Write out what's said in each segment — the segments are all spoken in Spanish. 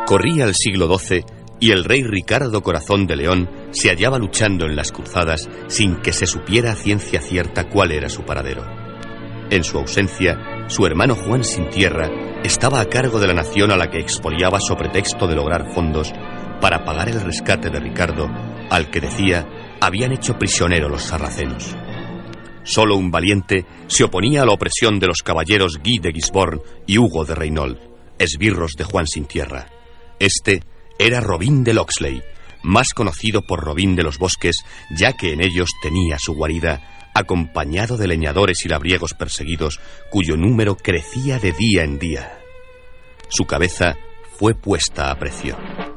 Corría el siglo XII y el rey Ricardo Corazón de León se hallaba luchando en las cruzadas sin que se supiera a ciencia cierta cuál era su paradero. En su ausencia, su hermano Juan Sin Tierra estaba a cargo de la nación a la que expoliaba so pretexto de lograr fondos para pagar el rescate de Ricardo, al que decía habían hecho prisionero los sarracenos. Solo un valiente se oponía a la opresión de los caballeros Guy de Gisborne y Hugo de Reinauld, esbirros de Juan Sin Tierra. Este era Robin de Locksley, más conocido por Robin de los Bosques, ya que en ellos tenía su guarida, acompañado de leñadores y labriegos perseguidos, cuyo número crecía de día en día. Su cabeza fue puesta a precio.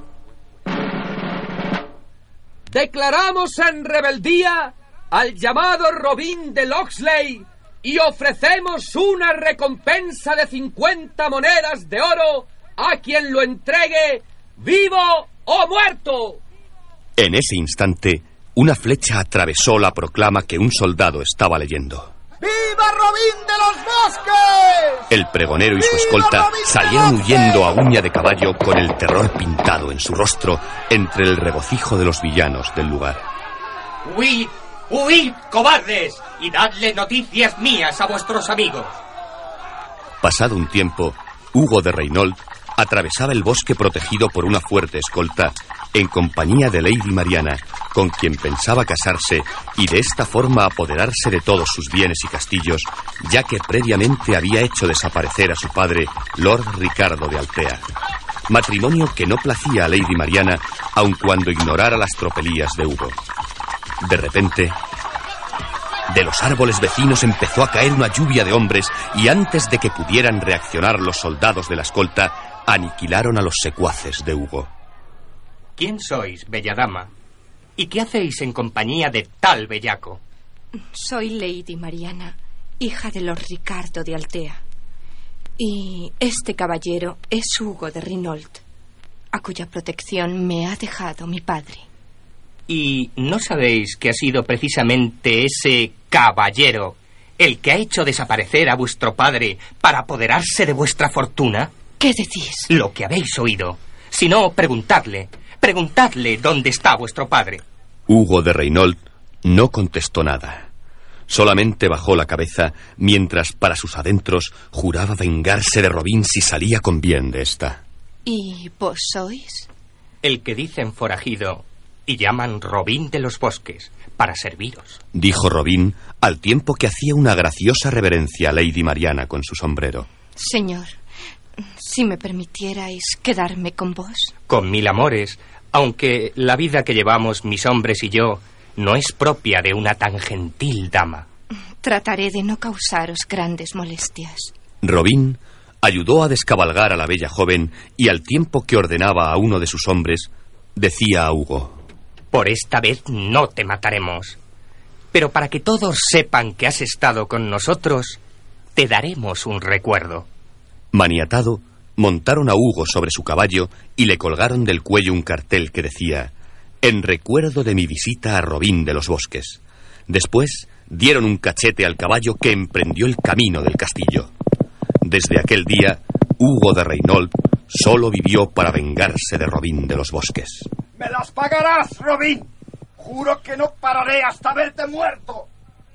Declaramos en rebeldía al llamado Robin de Locksley y ofrecemos una recompensa de 50 monedas de oro a quien lo entregue, vivo o muerto. En ese instante, una flecha atravesó la proclama que un soldado estaba leyendo. ¡Viva Robin de los Bosques! El pregonero y su escolta salieron huyendo a uña de caballo con el terror pintado en su rostro entre el regocijo de los villanos del lugar. ¡Huid! ¡Huid, cobardes! Y dadle noticias mías a vuestros amigos. Pasado un tiempo, Hugo de Reinauld atravesaba el bosque protegido por una fuerte escolta en compañía de Lady Mariana, con quien pensaba casarse y de esta forma apoderarse de todos sus bienes y castillos, ya que previamente había hecho desaparecer a su padre, Lord Ricardo de Altea. Matrimonio que no placía a Lady Mariana, aun cuando ignorara las tropelías de Hugo. De repente, de los árboles vecinos empezó a caer una lluvia de hombres y antes de que pudieran reaccionar los soldados de la escolta, aniquilaron a los secuaces de Hugo. ¿Quién sois, bella dama? ¿Y qué hacéis en compañía de tal bellaco? Soy Lady Mariana, hija de Lord Ricardo de Altea. Y este caballero es Hugo de Reinauld, a cuya protección me ha dejado mi padre. ¿Y no sabéis que ha sido precisamente ese caballero el que ha hecho desaparecer a vuestro padre para apoderarse de vuestra fortuna? ¿Qué decís? Lo que habéis oído. Si no, preguntadle dónde está vuestro padre. Hugo de Reinauld no contestó nada. Solamente bajó la cabeza mientras para sus adentros juraba vengarse de Robin si salía con bien de esta. ¿Y vos sois? El que dicen forajido y llaman Robin de los Bosques, para serviros, dijo Robin al tiempo que hacía una graciosa reverencia a Lady Mariana con su sombrero. Señor, si me permitierais quedarme con vos. Con mil amores, aunque la vida que llevamos mis hombres y yo no es propia de una tan gentil dama. Trataré de no causaros grandes molestias. Robin ayudó a descabalgar a la bella joven y al tiempo que ordenaba a uno de sus hombres, decía a Hugo: por esta vez no te mataremos, pero para que todos sepan que has estado con nosotros, te daremos un recuerdo. Maniatado, montaron a Hugo sobre su caballo y le colgaron del cuello un cartel que decía: en recuerdo de mi visita a Robin de los Bosques. Después dieron un cachete al caballo que emprendió el camino del castillo. Desde aquel día, Hugo de Reinauld solo vivió para vengarse de Robin de los Bosques. ¡Me las pagarás, Robin! Juro que no pararé hasta verte muerto.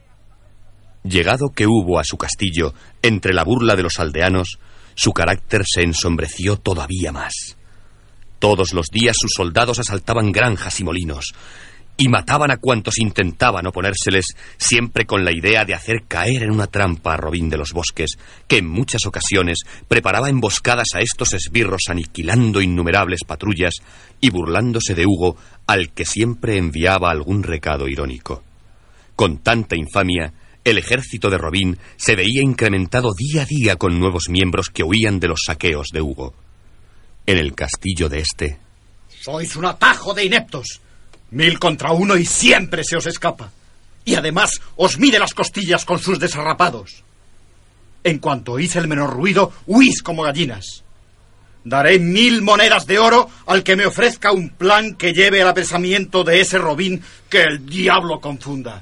Llegado que hubo a su castillo, entre la burla de los aldeanos, su carácter se ensombreció todavía más. Todos los días sus soldados asaltaban granjas y molinos y mataban a cuantos intentaban oponérseles, siempre con la idea de hacer caer en una trampa a Robin de los Bosques, que en muchas ocasiones preparaba emboscadas a estos esbirros, aniquilando innumerables patrullas y burlándose de Hugo, al que siempre enviaba algún recado irónico. Con tanta infamia, el ejército de Robin se veía incrementado día a día con nuevos miembros que huían de los saqueos de Hugo. En el castillo de este... Sois un atajo de ineptos. 1000 contra 1 y siempre se os escapa. Y además os mide las costillas con sus desarrapados. En cuanto oís el menor ruido, huís como gallinas. Daré 1000 monedas de oro al que me ofrezca un plan que lleve al apresamiento de ese Robin que el diablo confunda.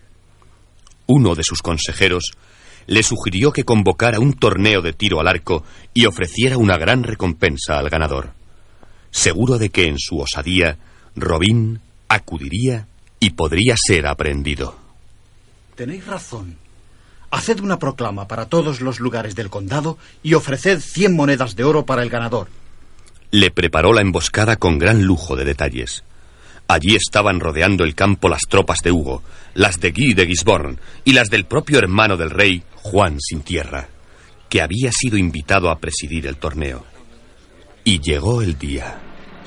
Uno de sus consejeros le sugirió que convocara un torneo de tiro al arco y ofreciera una gran recompensa al ganador. seguro de que en su osadía Robin acudiría y podría ser aprehendido. Tenéis razón. Haced una proclama para todos los lugares del condado y ofreced 100 monedas de oro para el ganador. Le preparó la emboscada con gran lujo de detalles. Allí estaban rodeando el campo las tropas de Hugo, las de Guy de Gisborne y las del propio hermano del rey, Juan sin tierra, que había sido invitado a presidir el torneo. Y llegó el día.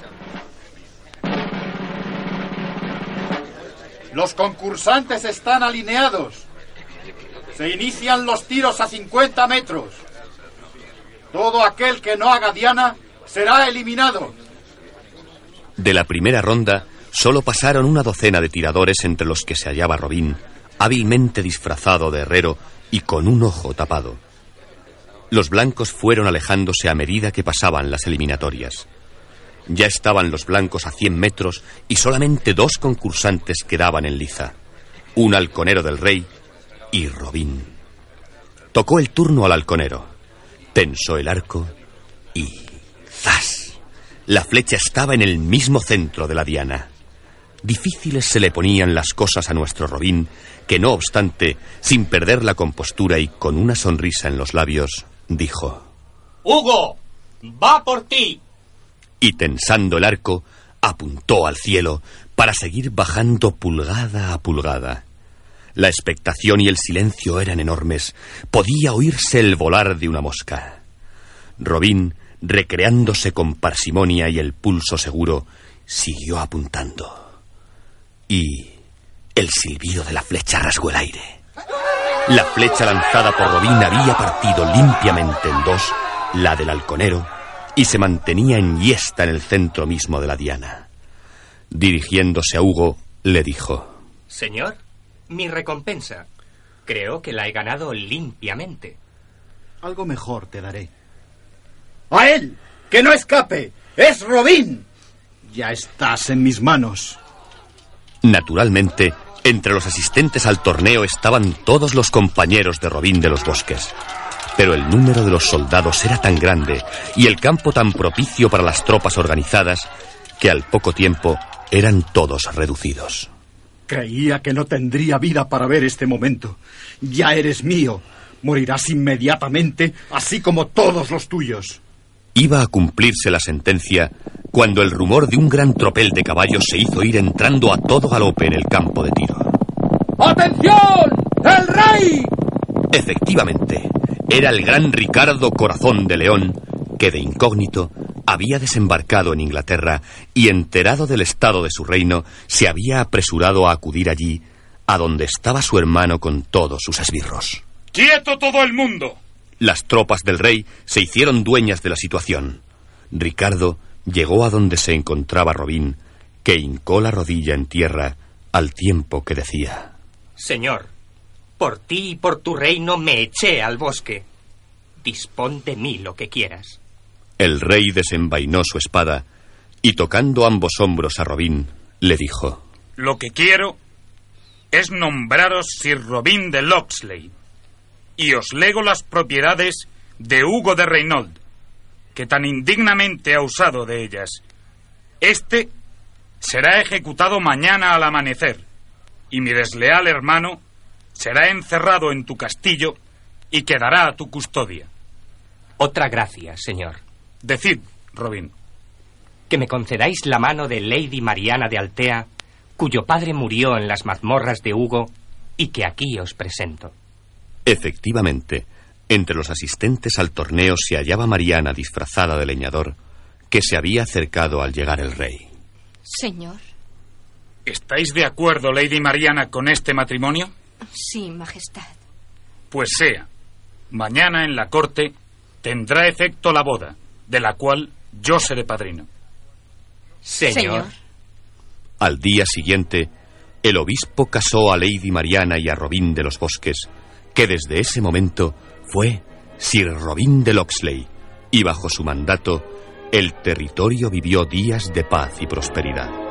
Los concursantes están alineados. Se inician los tiros a 50 metros. Todo aquel que no haga diana será eliminado. De la primera ronda solo pasaron una docena de tiradores, entre los que se hallaba Robin, hábilmente disfrazado de herrero y con un ojo tapado. Los blancos fueron alejándose a medida que pasaban las eliminatorias. Ya estaban los blancos a 100 metros y solamente 2 concursantes quedaban en liza. Un halconero del rey y Robin. Tocó el turno al halconero. Tensó el arco y ¡zas! La flecha estaba en el mismo centro de la diana. Difíciles se le ponían las cosas a nuestro Robin, que no obstante, sin perder la compostura y con una sonrisa en los labios, dijo: ¡Hugo! ¡Va por ti! Y tensando el arco, apuntó al cielo para seguir bajando pulgada a pulgada. La expectación y el silencio eran enormes. Podía oírse el volar de una mosca. Robin, recreándose con parsimonia y el pulso seguro, siguió apuntando. Y el silbido de la flecha rasgó el aire. La flecha lanzada por Robin había partido limpiamente en 2, la del halconero, y se mantenía enhiesta en el centro mismo de la diana. Dirigiéndose a Hugo, le dijo: Señor, mi recompensa. Creo que la he ganado limpiamente. Algo mejor te daré. ¡A él! ¡Que no escape! ¡Es Robin! Ya estás en mis manos. Naturalmente, entre los asistentes al torneo estaban todos los compañeros de Robin de los Bosques. Pero el número de los soldados era tan grande y el campo tan propicio para las tropas organizadas que al poco tiempo eran todos reducidos. Creía que no tendría vida para ver este momento. Ya eres mío. Morirás inmediatamente, así como todos los tuyos. Iba a cumplirse la sentencia cuando el rumor de un gran tropel de caballos se hizo ir entrando a todo galope en el campo de tiro. ¡Atención! ¡El rey! Efectivamente, era el gran Ricardo Corazón de León, que de incógnito había desembarcado en Inglaterra y, enterado del estado de su reino, se había apresurado a acudir allí, a donde estaba su hermano con todos sus esbirros. ¡Quieto todo el mundo! Las tropas del rey se hicieron dueñas de la situación. Ricardo llegó a donde se encontraba Robin, que hincó la rodilla en tierra al tiempo que decía: Señor, por ti y por tu reino me eché al bosque. Dispón de mí lo que quieras. El rey desenvainó su espada y, tocando ambos hombros a Robin, le dijo: Lo que quiero es nombraros Sir Robin de Locksley, y os lego las propiedades de Hugo de Reinold, que tan indignamente ha usado de ellas. Este será ejecutado mañana al amanecer, y mi desleal hermano será encerrado en tu castillo y quedará a tu custodia. Otra gracia, señor. Decid, Robin. Que me concedáis la mano de Lady Mariana de Altea, cuyo padre murió en las mazmorras de Hugo, y que aquí os presento. Efectivamente, entre los asistentes al torneo se hallaba Mariana disfrazada de leñador, que se había acercado al llegar el rey. Señor. ¿Estáis de acuerdo, Lady Mariana, con este matrimonio? Sí, Majestad. Pues sea. Mañana en la corte tendrá efecto la boda, de la cual yo seré padrino. Señor. Al día siguiente, el obispo casó a Lady Mariana y a Robin de los Bosques, que desde ese momento fue Sir Robin de Locksley, y bajo su mandato el territorio vivió días de paz y prosperidad.